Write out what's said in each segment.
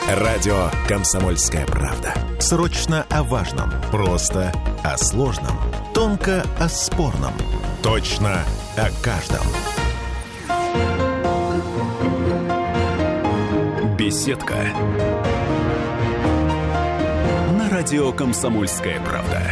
Радио «Комсомольская правда». Срочно о важном. Просто о сложном. Тонко о спорном. Точно о каждом. Беседка. На радио «Комсомольская правда».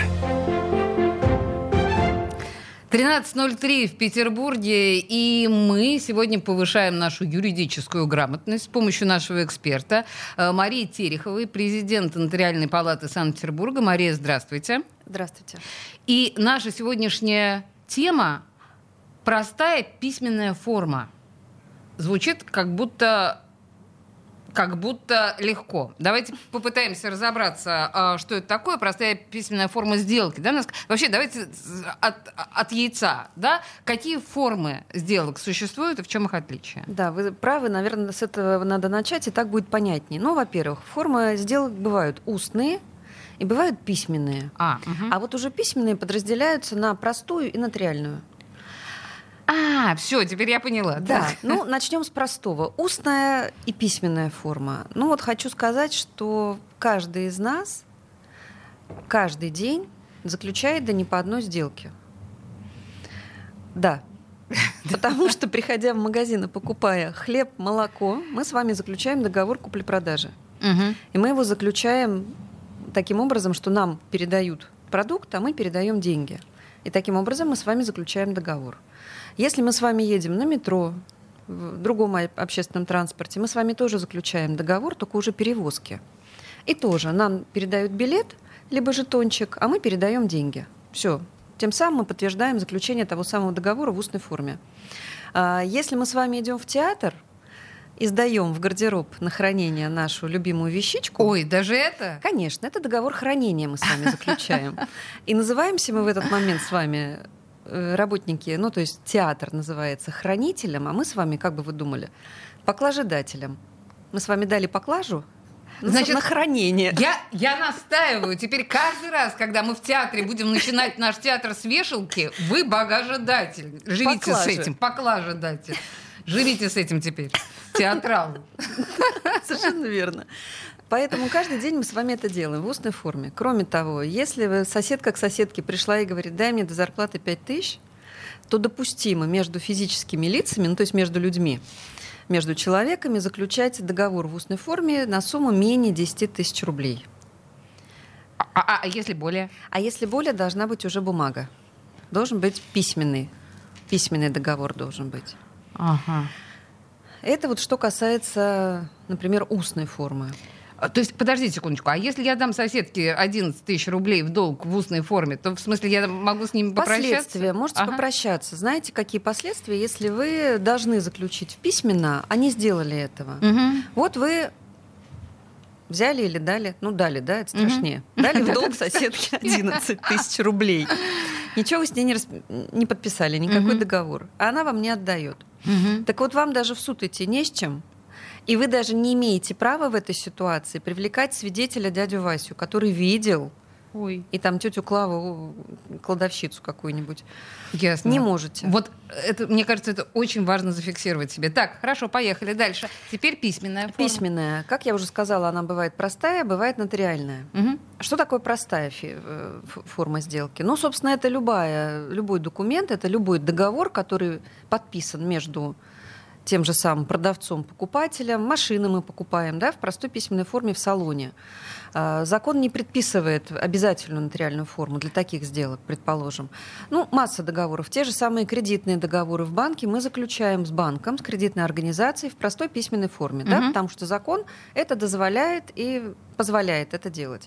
13:03 в Петербурге, и мы сегодня повышаем нашу юридическую грамотность с помощью нашего эксперта Марии Тереховой, президента Нотариальной палаты Санкт-Петербурга. Мария, здравствуйте. Здравствуйте. И наша сегодняшняя тема – простая письменная форма. Звучит как будто легко. Давайте попытаемся разобраться, что это такое, простая письменная форма сделки. Да? Вообще, давайте от яйца. Да? Какие формы сделок существуют и в чем их отличие? Да, вы правы, наверное, с этого надо начать, и так будет понятнее. Ну, во-первых, формы сделок бывают устные и бывают письменные. А вот уже письменные подразделяются на простую и нотариальную. Все, теперь я поняла. Да, ну, начнем с простого. Устная и письменная форма. Ну, вот хочу сказать, что каждый из нас каждый день заключает да не по одной сделке. Да, потому что, приходя в магазин и покупая хлеб, молоко, мы с вами заключаем договор купли-продажи. И мы его заключаем таким образом, что нам передают продукт, а мы передаем деньги. И таким образом мы с вами заключаем договор. Если мы с вами едем на метро, в другом общественном транспорте, мы с вами тоже заключаем договор, только уже перевозки. И тоже нам передают билет, либо жетончик, а мы передаем деньги. Все. Тем самым мы подтверждаем заключение того самого договора в устной форме. Если мы с вами идем в театр и сдаем в гардероб на хранение нашу любимую вещичку... Ой, даже это? Конечно, это договор хранения мы с вами заключаем. И называемся мы в этот момент с вами... работники, ну, то есть театр называется хранителем, а мы с вами, как бы вы думали, поклажедателем. Мы с вами дали поклажу, значит, на хранение. Я настаиваю. Теперь каждый раз, когда мы в театре будем начинать наш театр с вешалки, вы багажедатель. Живите с этим. Поклажедатель. Живите с этим теперь. Театрал. Совершенно верно. Поэтому каждый день мы с вами это делаем в устной форме. Кроме того, если соседка к соседке пришла и говорит, дай мне до зарплаты 5000, то допустимо между физическими лицами, ну то есть между людьми, между человеками заключать договор в устной форме на сумму менее 10 тысяч рублей. А если более? А если более, должна быть уже бумага. Должен быть письменный договор должен быть. Ага. Это вот что касается, например, устной формы. То есть, подождите секундочку, а если я дам соседке 11 тысяч рублей в долг в устной форме, то в смысле я могу с ними попрощаться? Последствия. Можете попрощаться. Знаете, какие последствия, если вы должны заключить письменно, а не сделали этого? Вот вы взяли или дали, ну дали, да, это страшнее, дали в долг соседке 11 тысяч рублей. Ничего вы с ней не подписали, никакой договор, а она вам не отдает. Так вот, вам даже в суд идти не с чем. И вы даже не имеете права в этой ситуации привлекать свидетеля дядю Васю, который видел, и там тетю Клаву, кладовщицу какую-нибудь. Ясно. Не можете. Вот это, мне кажется, это очень важно зафиксировать себе. Так, хорошо, поехали дальше. Теперь письменная форма. Письменная. Как я уже сказала, она бывает простая, бывает нотариальная. Что такое простая форма сделки? Ну, собственно, это любой документ, это любой договор, который подписан между тем же самым продавцом-покупателем. Машины мы покупаем, да, в простой письменной форме в салоне. Закон не предписывает обязательную нотариальную форму для таких сделок, предположим. Ну, масса договоров. Те же самые кредитные договоры в банке мы заключаем с банком, с кредитной организацией в простой письменной форме, да, потому что закон это дозволяет и позволяет это делать.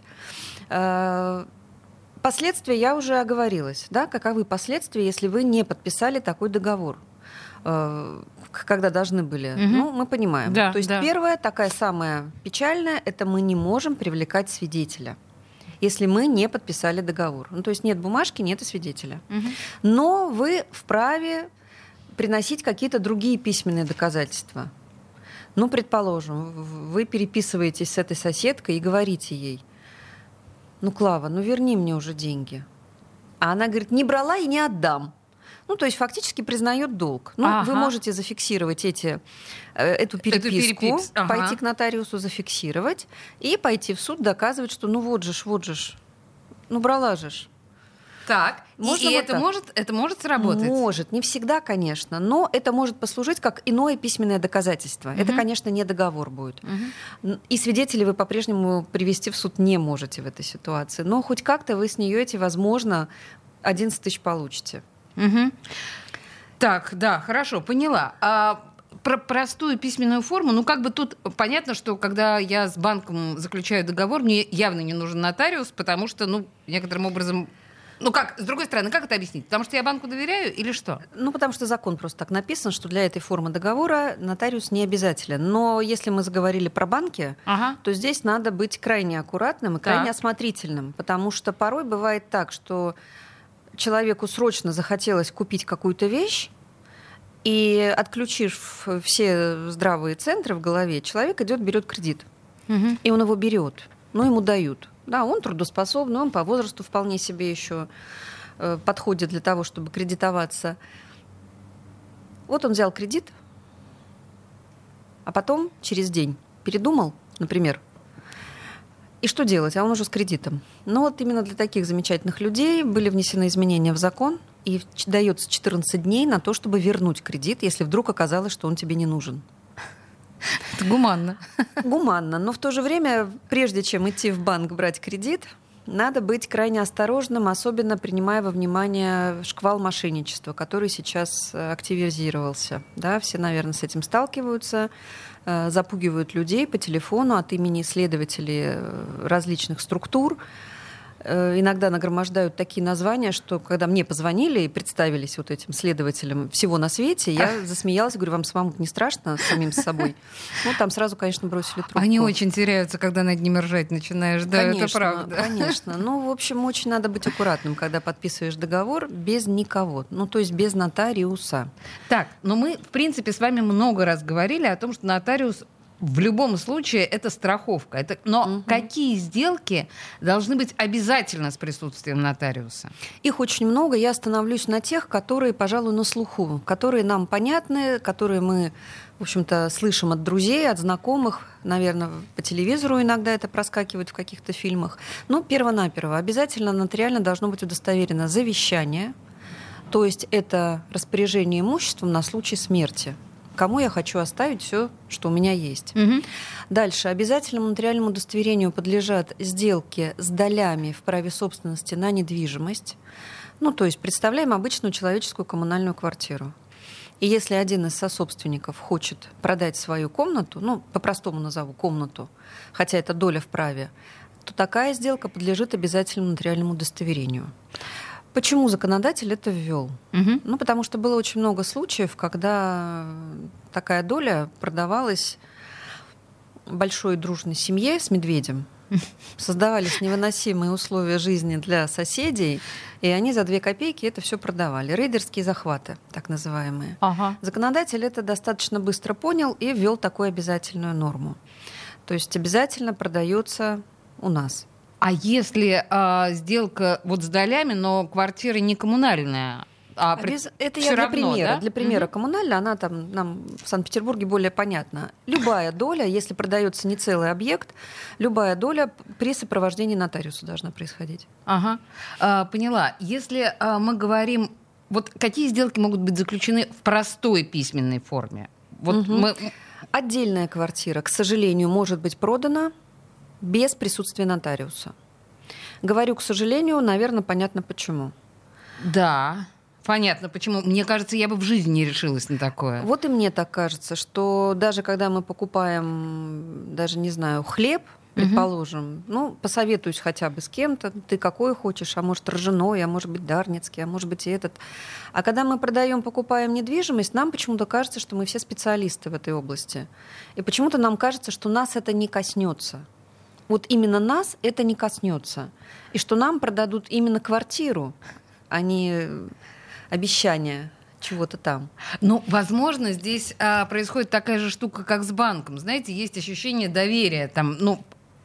Последствия я уже оговорилась. Да, каковы последствия, если вы не подписали такой договор? Когда должны были. Ну, мы понимаем. Да, то есть первое, такая самая печальная, это мы не можем привлекать свидетеля, если мы не подписали договор. Ну, то есть нет бумажки, нет и свидетеля. Но вы вправе приносить какие-то другие письменные доказательства. Ну, предположим, вы переписываетесь с этой соседкой и говорите ей, ну, Клава, ну верни мне уже деньги. А она говорит, не брала и не отдам. Ну, то есть фактически признает долг. Ну, вы можете зафиксировать эту переписку, пойти к нотариусу, зафиксировать и пойти в суд доказывать, что ну вот же, ну брала же. Так, и это может сработать? Может, не всегда, конечно, но это может послужить как иное письменное доказательство. Это, конечно, не договор будет. И свидетелей вы по-прежнему привести в суд не можете в этой ситуации. Но хоть как-то вы с нее возможно, 11 тысяч получите. Так, да, хорошо, поняла. Про простую письменную форму, ну, как бы тут понятно, что когда я с банком заключаю договор, мне явно не нужен нотариус, потому что, ну, некоторым образом... Ну как, с другой стороны, как это объяснить? Потому что я банку доверяю или что? Ну, потому что закон просто так написан, что для этой формы договора нотариус не обязателен. Но если мы заговорили про банки, то здесь надо быть крайне аккуратным и крайне осмотрительным, потому что порой бывает так, что человеку срочно захотелось купить какую-то вещь, и отключив все здравые центры в голове, человек идет, берет кредит. И он его берет, но ему дают. Да, он трудоспособный, он по возрасту вполне себе еще подходит для того, чтобы кредитоваться. Вот он взял кредит, а потом через день передумал, например. И что делать? А он уже с кредитом. Но вот именно для таких замечательных людей были внесены изменения в закон, и дается 14 дней на то, чтобы вернуть кредит, если вдруг оказалось, что он тебе не нужен. Это гуманно. Гуманно. Но в то же время, прежде чем идти в банк брать кредит, надо быть крайне осторожным, особенно принимая во внимание шквал мошенничества, который сейчас активизировался. Да, все, наверное, с этим сталкиваются, запугивают людей по телефону от имени следователей различных структур. Иногда нагромождают такие названия, что когда мне позвонили и представились вот этим следователем всего на свете, я засмеялась, говорю, вам самому не страшно самим с собой? Ну, там сразу, конечно, бросили трубку. Они очень теряются, когда над ними ржать начинаешь, да, конечно, это правда. Конечно. Ну, в общем, очень надо быть аккуратным, когда подписываешь договор без никого, ну, то есть без нотариуса. Так, но мы, в принципе, с вами много раз говорили о том, что нотариус в любом случае это страховка. Но какие сделки должны быть обязательно с присутствием нотариуса? Их очень много. Я остановлюсь на тех, которые, пожалуй, на слуху, которые нам понятны, которые мы, в общем-то, слышим от друзей, от знакомых. Наверное, по телевизору иногда это проскакивает в каких-то фильмах. Ну, перво-наперво. Обязательно нотариально должно быть удостоверено завещание, то есть это распоряжение имуществом на случай смерти. Кому я хочу оставить все, что у меня есть. Дальше. Обязательному нотариальному удостоверению подлежат сделки с долями в праве собственности на недвижимость. Ну, то есть представляем обычную человеческую коммунальную квартиру. И если один из сособственников хочет продать свою комнату, ну, по-простому назову комнату, хотя это доля в праве, то такая сделка подлежит обязательному нотариальному удостоверению. Почему законодатель это ввел? Ну, потому что было очень много случаев, когда такая доля продавалась большой дружной семье с медведем. Создавались невыносимые условия жизни для соседей, и они за 2 копейки это все продавали. Рейдерские захваты, так называемые. Законодатель это достаточно быстро понял и ввел такую обязательную норму. То есть обязательно продается у нас. А если сделка вот с долями, но квартира не коммунальная? Это я для примера. Да? Для примера коммунальная, она там нам в Санкт-Петербурге более понятна. Любая доля, если продается не целый объект, любая доля при сопровождении нотариуса должна происходить. Поняла. Если мы говорим, вот какие сделки могут быть заключены в простой письменной форме? Вот Отдельная квартира, к сожалению, может быть продана без присутствия нотариуса. Говорю, к сожалению, наверное, понятно почему. Да, понятно почему. Мне кажется, я бы в жизни не решилась на такое. Вот и мне так кажется, что даже когда мы покупаем, даже не знаю, хлеб, предположим, ну, посоветуюсь хотя бы с кем-то, ты какой хочешь, а может ржаной, а может быть дарницкий, а может быть и этот. А когда мы продаем, покупаем недвижимость, нам почему-то кажется, что мы все специалисты в этой области. И почему-то нам кажется, что нас это не коснется. Вот именно нас это не коснется. И что нам продадут именно квартиру, а не обещание чего-то там. Ну, возможно, здесь происходит такая же штука, как с банком. Знаете, есть ощущение доверия. Там, ну,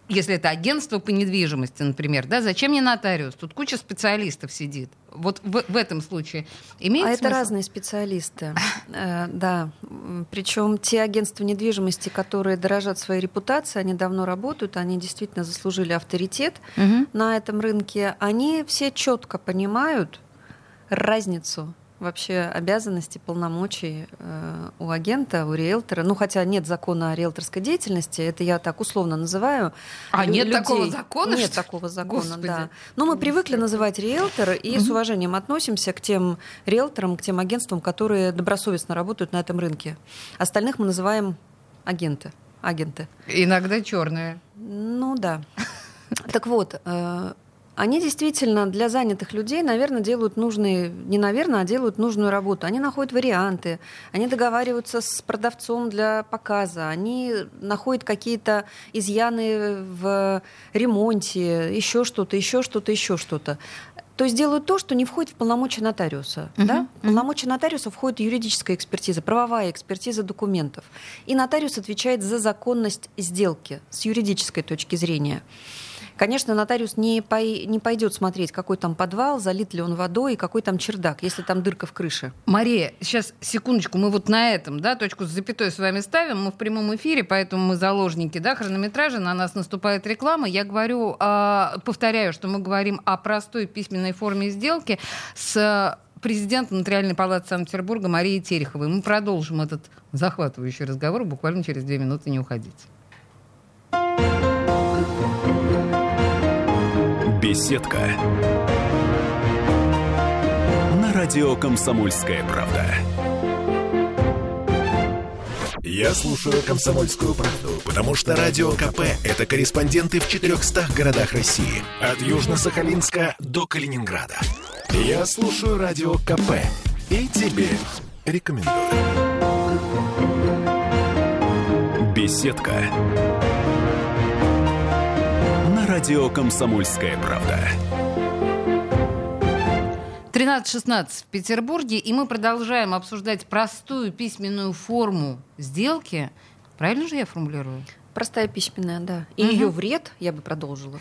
если это агентство по недвижимости, например, да, зачем мне нотариус? Тут куча специалистов сидит. Вот в этом случае имеет смысл? Это разные специалисты, да. Причем те агентства недвижимости, которые дорожат своей репутацией, они давно работают, они действительно заслужили авторитет на этом рынке. Они все четко понимают разницу вообще обязанностей, полномочий у агента, у риэлтора. Ну, хотя нет закона о риэлторской деятельности, это я так условно называю. Нет такого закона? Нет такого закона, Господи. да. Но мы привыкли называть риэлтора и с уважением относимся к тем риэлторам, к тем агентствам, которые добросовестно работают на этом рынке. Остальных мы называем агенты. Иногда черные. Ну да. Так вот, они действительно для занятых людей, наверное, делают делают нужную работу. Они находят варианты, они договариваются с продавцом для показа, они находят какие-то изъяны в ремонте, еще что-то. То есть делают то, что не входит в полномочия нотариуса. Да? В полномочия нотариуса входит юридическая экспертиза, правовая экспертиза документов. И нотариус отвечает за законность сделки с юридической точки зрения. Конечно, нотариус не пойдет смотреть, какой там подвал, залит ли он водой и какой там чердак, если там дырка в крыше. Мария, сейчас, секундочку, мы вот на этом, да, точку с запятой с вами ставим, мы в прямом эфире, поэтому мы заложники, да, хронометража, на нас наступает реклама. Я говорю, повторяю, что мы говорим о простой письменной форме сделки с президентом Нотариальной палаты Санкт-Петербурга Марией Тереховой. Мы продолжим этот захватывающий разговор буквально через 2 минуты, не уходите. Беседка. На радио «Комсомольская правда». Я слушаю «Комсомольскую правду», потому что Радио КП – это корреспонденты в 400 городах России. От Южно-Сахалинска до Калининграда. Я слушаю Радио КП и тебе рекомендую. Беседка. Радио «Комсомольская правда». 13:16 в Петербурге, и мы продолжаем обсуждать простую письменную форму сделки. Правильно же я формулирую? Простая письменная, да. И ее вред я бы продолжила.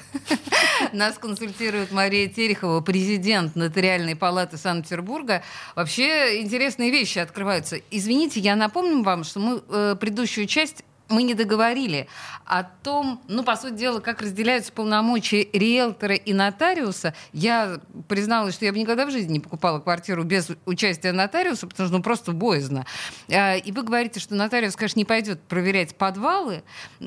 Нас консультирует Мария Терехова, президент Нотариальной палаты Санкт-Петербурга. Вообще интересные вещи открываются. Извините, я напомню вам, что мы предыдущую часть мы не договорили о том, по сути дела, как разделяются полномочия риэлтора и нотариуса. Я призналась, что я бы никогда в жизни не покупала квартиру без участия нотариуса, потому что просто боязно. И вы говорите, что нотариус, конечно, не пойдет проверять подвалы,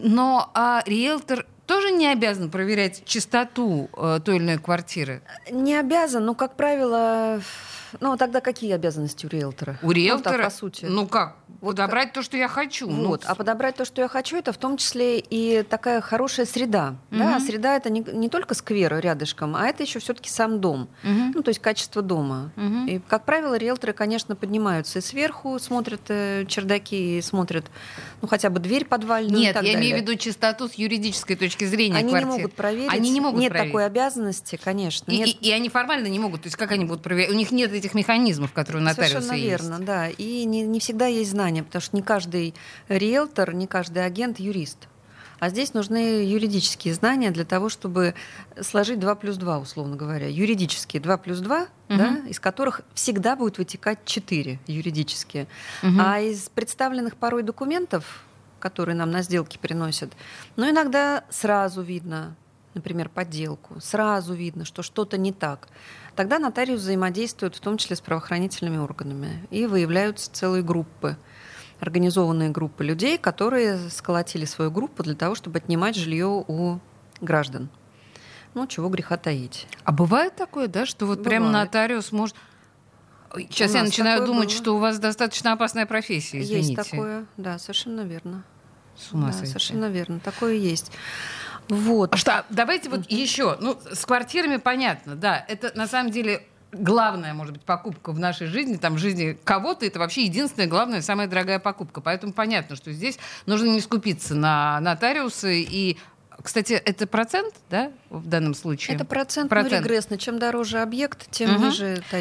но риэлтор тоже не обязан проверять чистоту той или иной квартиры? Не обязан, но, как правило... тогда какие обязанности у риэлтора? У риэлтора? Так, по сути. Подобрать то, что я хочу. А подобрать то, что я хочу, это в том числе и такая хорошая среда. Да? Среда — это не только сквер рядышком, а это еще все-таки сам дом. То есть качество дома. И, как правило, риэлторы, конечно, поднимаются и сверху, смотрят чердаки, и смотрят хотя бы дверь подвальную. Нет, и так я далее. имею в виду чистоту с юридической точки зрения они квартиры. Не могут проверить. Они не могут Нет проверить. Такой обязанности, конечно. И они формально не могут. То есть как они будут проверять? У них нет этих механизмов, которые у нотариуса есть. Совершенно верно, да. И не всегда есть знания, потому что не каждый риэлтор, не каждый агент юрист. А здесь нужны юридические знания для того, чтобы сложить 2 плюс 2, условно говоря. Юридические 2 плюс 2, да, из которых всегда будет вытекать 4 юридические. А из представленных порой документов, которые нам на сделке приносят, иногда сразу видно, например, подделку, сразу видно, что что-то не так. Тогда нотариус взаимодействует в том числе с правоохранительными органами. И выявляются целые группы, организованные группы людей, которые сколотили свою группу для того, чтобы отнимать жилье у граждан. Чего греха таить. А бывает такое, да, что вот прямо нотариус может... Сейчас я начинаю думать, что у вас достаточно опасная профессия, извините. Есть такое, да, совершенно верно. С ума сойти. Совершенно верно, такое есть. Давайте еще. С квартирами понятно, да. Это на самом деле главная, может быть, покупка в нашей жизни. В жизни кого-то это вообще единственная, главная, самая дорогая покупка. Поэтому понятно, что здесь нужно не скупиться на нотариусы. И, кстати, это процент, да, в данном случае? Это процент. Регрессно. Чем дороже объект, тем ниже тариф.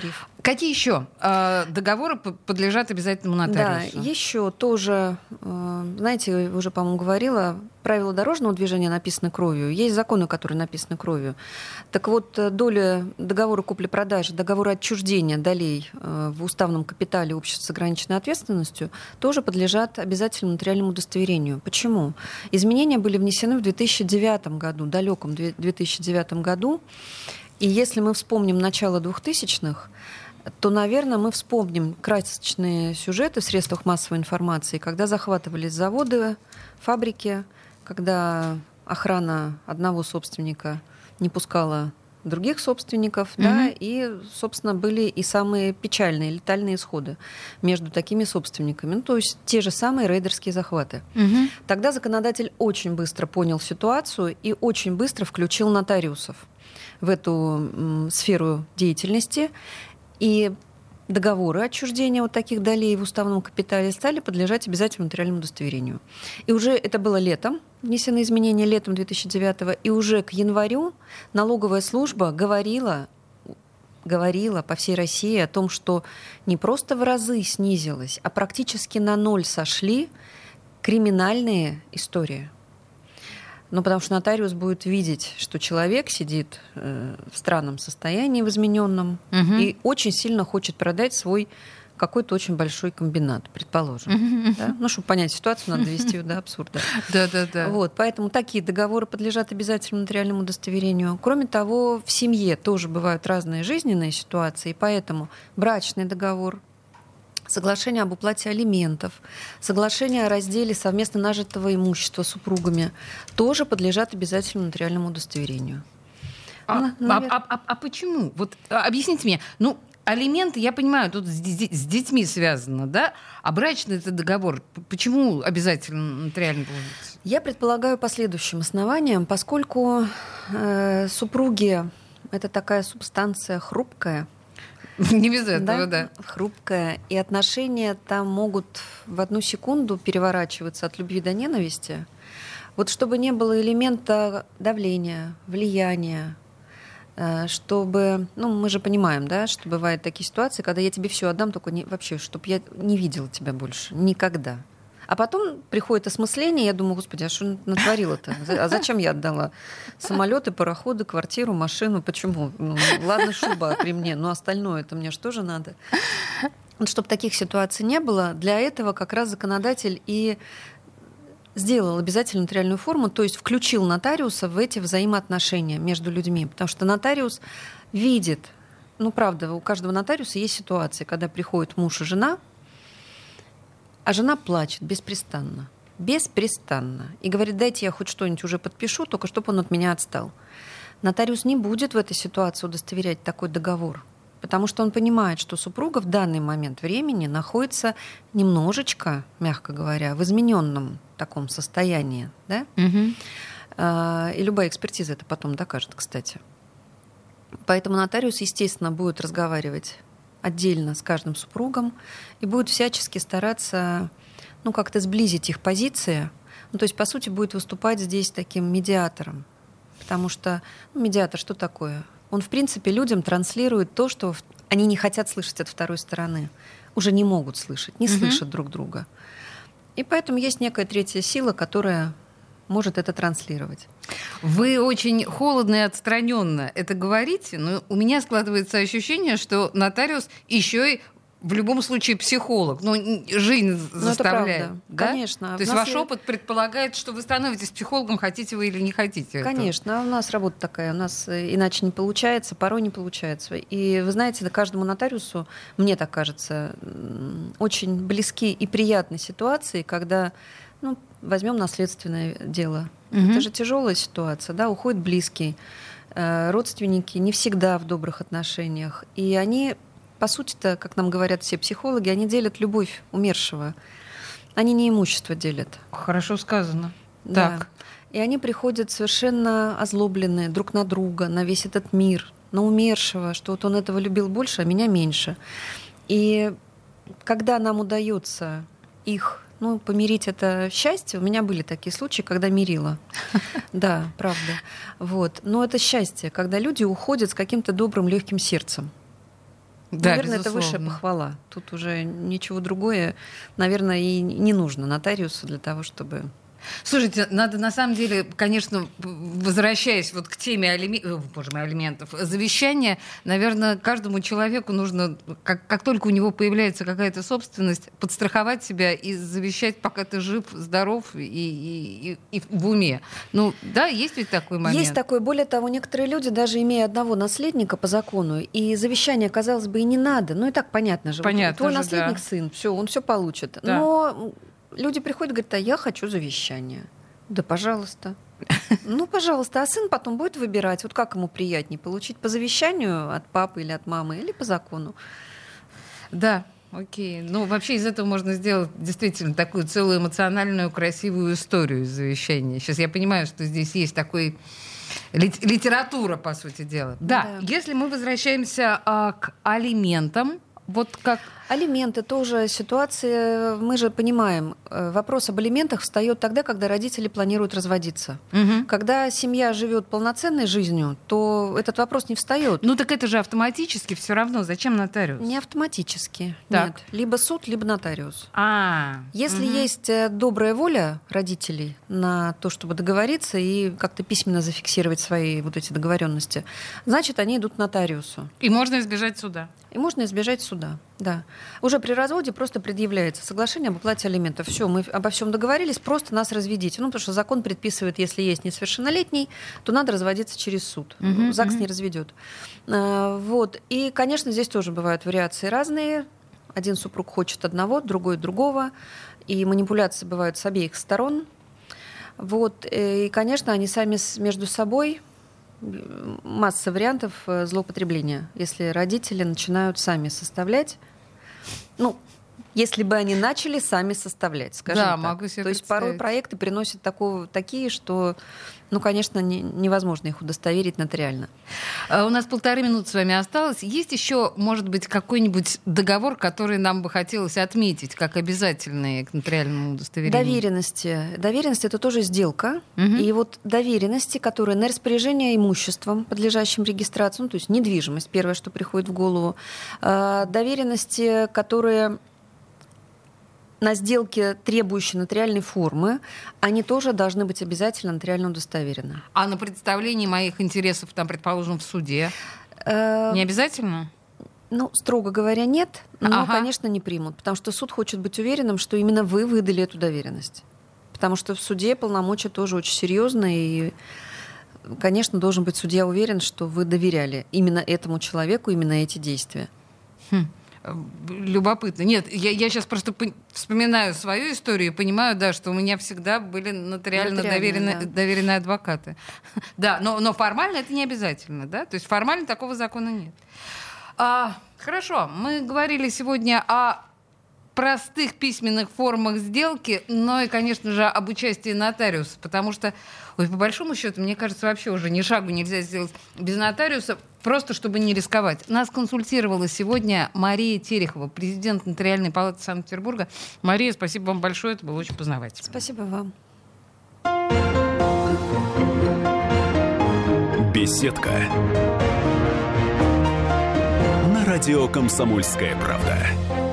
Какие еще договоры подлежат обязательному нотариусу? Да, еще тоже, знаете, уже, по-моему, говорила, правила дорожного движения написаны кровью. Есть законы, которые написаны кровью. Так вот, доля договора купли-продажи, договора отчуждения долей в уставном капитале общества с ограниченной ответственностью тоже подлежат обязательному нотариальному удостоверению. Почему? Изменения были внесены в 2009 году, далеком 2009 году. И если мы вспомним начало 2000-х, то, наверное, мы вспомним красочные сюжеты в средствах массовой информации, когда захватывались заводы, фабрики, когда охрана одного собственника не пускала других собственников, да, и, собственно, были и самые печальные, летальные исходы между такими собственниками. Ну, то есть те же самые рейдерские захваты. Тогда законодатель очень быстро понял ситуацию и очень быстро включил нотариусов в эту сферу деятельности. И договоры отчуждения вот таких долей в уставном капитале стали подлежать обязательному нотариальному удостоверению. И уже это было летом, внесены изменения летом 2009-го, и уже к январю налоговая служба говорила по всей России о том, что не просто в разы снизилась, а практически на ноль сошли криминальные истории. Ну, потому что нотариус будет видеть, что человек сидит в странном состоянии, в измененном, и очень сильно хочет продать свой какой-то очень большой комбинат, предположим. Да? Ну, чтобы понять ситуацию, надо довести ее до абсурда. Вот, поэтому такие договоры подлежат обязательному нотариальному удостоверению. Кроме того, в семье тоже бывают разные жизненные ситуации, поэтому брачный договор, соглашение об уплате алиментов, соглашение о разделе совместно нажитого имущества супругами тоже подлежат обязательному нотариальному удостоверению. А почему? Вот объясните мне. Ну, алименты, я понимаю, тут с детьми связано, да? А брачный это договор, почему обязательно нотариально должен быть? Я предполагаю по следующим основаниям, поскольку супруги — это такая субстанция хрупкая, не без этого, да. Хрупкая. И отношения там могут в одну секунду переворачиваться от любви до ненависти. Вот чтобы не было элемента давления, влияния, чтобы... Ну, мы же понимаем, да, что бывают такие ситуации, когда я тебе все отдам, только вообще, чтобы я не видела тебя больше. Никогда. А потом приходит осмысление, я думаю, господи, а что натворила-то? А зачем я отдала самолеты, пароходы, квартиру, машину? Почему? Ну, ладно, шуба при мне, но остальное-то мне же тоже надо. Вот, чтобы таких ситуаций не было, для этого как раз законодатель и сделал обязательно нотариальную форму, то есть включил нотариуса в эти взаимоотношения между людьми. Потому что нотариус видит, ну, правда, у каждого нотариуса есть ситуации, когда приходит муж и жена, а жена плачет беспрестанно. И говорит, дайте я хоть что-нибудь уже подпишу, только чтобы он от меня отстал. Нотариус не будет в этой ситуации удостоверять такой договор, потому что он понимает, что супруга в данный момент времени находится немножечко, мягко говоря, в измененном таком состоянии. Да? И любая экспертиза это потом докажет, кстати. Поэтому нотариус, естественно, будет разговаривать отдельно с каждым супругом и будет всячески стараться, ну, как-то сблизить их позиции. Ну, то есть, по сути, будет выступать здесь таким медиатором. Потому что медиатор что такое? Он, в принципе, людям транслирует то, что они не хотят слышать от второй стороны. Уже не могут слышать, не слышат друг друга. И поэтому есть некая третья сила, которая может это транслировать. Вы очень холодно и отстраненно это говорите, но у меня складывается ощущение, что нотариус еще и в любом случае психолог. Ну, жизнь заставляет. Да? Конечно. То есть ваш опыт предполагает, что вы становитесь психологом, хотите вы или не хотите. Конечно. Этого. У нас работа такая. У нас иначе не получается, порой не получается. И вы знаете, каждому нотариусу, мне так кажется, очень близки и приятные ситуации, когда, ну, возьмем наследственное дело. Это же тяжелая ситуация, да, уходит близкий. Родственники не всегда в добрых отношениях. И они, по сути-то, как нам говорят все психологи, они делят любовь умершего. Они не имущество делят. Хорошо сказано. Да. Так. И они приходят совершенно озлобленные друг на друга, на весь этот мир, на умершего, что вот он этого любил больше, а меня меньше. И когда нам удается их, ну, помирить это счастье, у меня были такие случаи, когда мирила. Да, правда. Вот. Но это счастье, когда люди уходят с каким-то добрым, легким сердцем. Да, наверное, безусловно. это высшая похвала. Тут уже ничего другое, наверное, и не нужно нотариусу для того, чтобы... Слушайте, надо на самом деле, конечно, возвращаясь вот к теме алиментов, завещания, наверное, каждому человеку нужно, как только у него появляется какая-то собственность, подстраховать себя и завещать, пока ты жив, здоров и в уме. Ну, да, есть ведь такой момент? Есть такое. Более того, некоторые люди, даже имея одного наследника по закону, и завещание, казалось бы, и не надо. Ну, и так понятно же. Понятно вот твой же, наследник да. сын, все, он все получит. Да. Но люди приходят и говорят: а я хочу завещание. Да, пожалуйста. Ну, пожалуйста. А сын потом будет выбирать, вот как ему приятнее, получить по завещанию от папы или от мамы, или по закону. Да, окей. Ну, вообще из этого можно сделать действительно такую целую эмоциональную, красивую историю из завещания. Сейчас я понимаю, что здесь есть такой литература, по сути дела. Да, если мы возвращаемся к алиментам, вот как... Алименты тоже ситуация, мы же понимаем, вопрос об алиментах встает тогда, когда родители планируют разводиться. Угу. Когда семья живет полноценной жизнью, то этот вопрос не встает. Ну так это же автоматически все равно. Зачем нотариус? Не автоматически. Так. Нет. Либо суд, либо нотариус. Угу. Если есть добрая воля родителей на то, чтобы договориться и как-то письменно зафиксировать свои вот эти договоренности, значит, они идут к нотариусу. И можно избежать суда. И можно избежать суда, да. Уже при разводе просто предъявляется соглашение об оплате алиментов. Все, мы обо всем договорились, просто нас разведите. Ну, потому что закон предписывает, если есть несовершеннолетний, то надо разводиться через суд. ЗАГС не разведет. Вот. И, конечно, здесь тоже бывают вариации разные. Один супруг хочет одного, другой другого. И манипуляции бывают с обеих сторон. Вот. И, конечно, они сами между собой... Масса вариантов злоупотребления, если родители начинают сами составлять. Ну, если бы они начали сами составлять, скажем да, так. Могу себе То есть порой проекты приносят такие, что, ну, конечно, невозможно их удостоверить нотариально. У нас 1,5 минуты с вами осталось. Есть еще, может быть, какой-нибудь договор, который нам бы хотелось отметить как обязательный к нотариальному удостоверению? Доверенности. Доверенность — это тоже сделка. И вот доверенности, которые на распоряжение имуществом, подлежащим регистрации, ну, то есть недвижимость, первое, что приходит в голову. Доверенности, которые... на сделке, требующие нотариальной формы, они тоже должны быть обязательно нотариально удостоверены. А на представлении моих интересов, там, предположим, в суде, не обязательно? Ну, строго говоря, нет, но, конечно, не примут, потому что суд хочет быть уверенным, что именно вы выдали эту доверенность. Потому что в суде полномочия тоже очень серьезные, и, конечно, должен быть судья уверен, что вы доверяли именно этому человеку, именно эти действия. Любопытно. Нет, я сейчас просто вспоминаю свою историю и понимаю, да, что у меня всегда были нотариально доверенные адвокаты. Да, но формально это не обязательно, да? То есть формально такого закона нет. Хорошо, мы говорили сегодня о простых письменных формах сделки, но и, конечно же, об участии нотариуса, потому что, по большому счету, мне кажется, вообще уже ни шагу нельзя сделать без нотариуса, просто чтобы не рисковать. Нас консультировала сегодня Мария Терехова, президент Нотариальной палаты Санкт-Петербурга. Мария, спасибо вам большое, это было очень познавательно. Спасибо вам. Беседка. На радио «Комсомольская правда».